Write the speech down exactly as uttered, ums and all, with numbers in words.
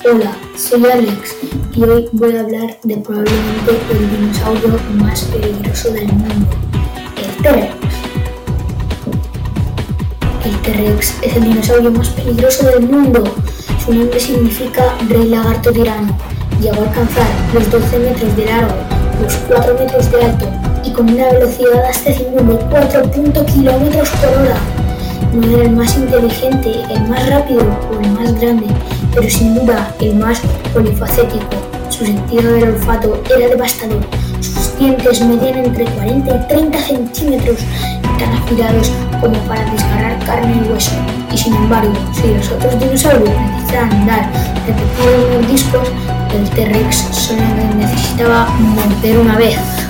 Hola, soy Alex y hoy voy a hablar de probablemente el dinosaurio más peligroso del mundo, el T-Rex. El T-Rex es el dinosaurio más peligroso del mundo. Su nombre significa Rey Lagarto Tirano. Llegó a alcanzar los doce metros de largo, los cuatro metros de alto y con una velocidad hasta cincuenta y cuatro kilómetros por hora. No era el más inteligente, el más rápido o el más grande, pero sin duda el más polifacético. Su sentido del olfato era devastador. Sus dientes medían entre cuarenta y treinta centímetros, tan afilados como para desgarrar carne y hueso. Y sin embargo, si los otros dinosaurios necesitaban dar repetidos mordiscos, el T-Rex solo necesitaba morder una vez.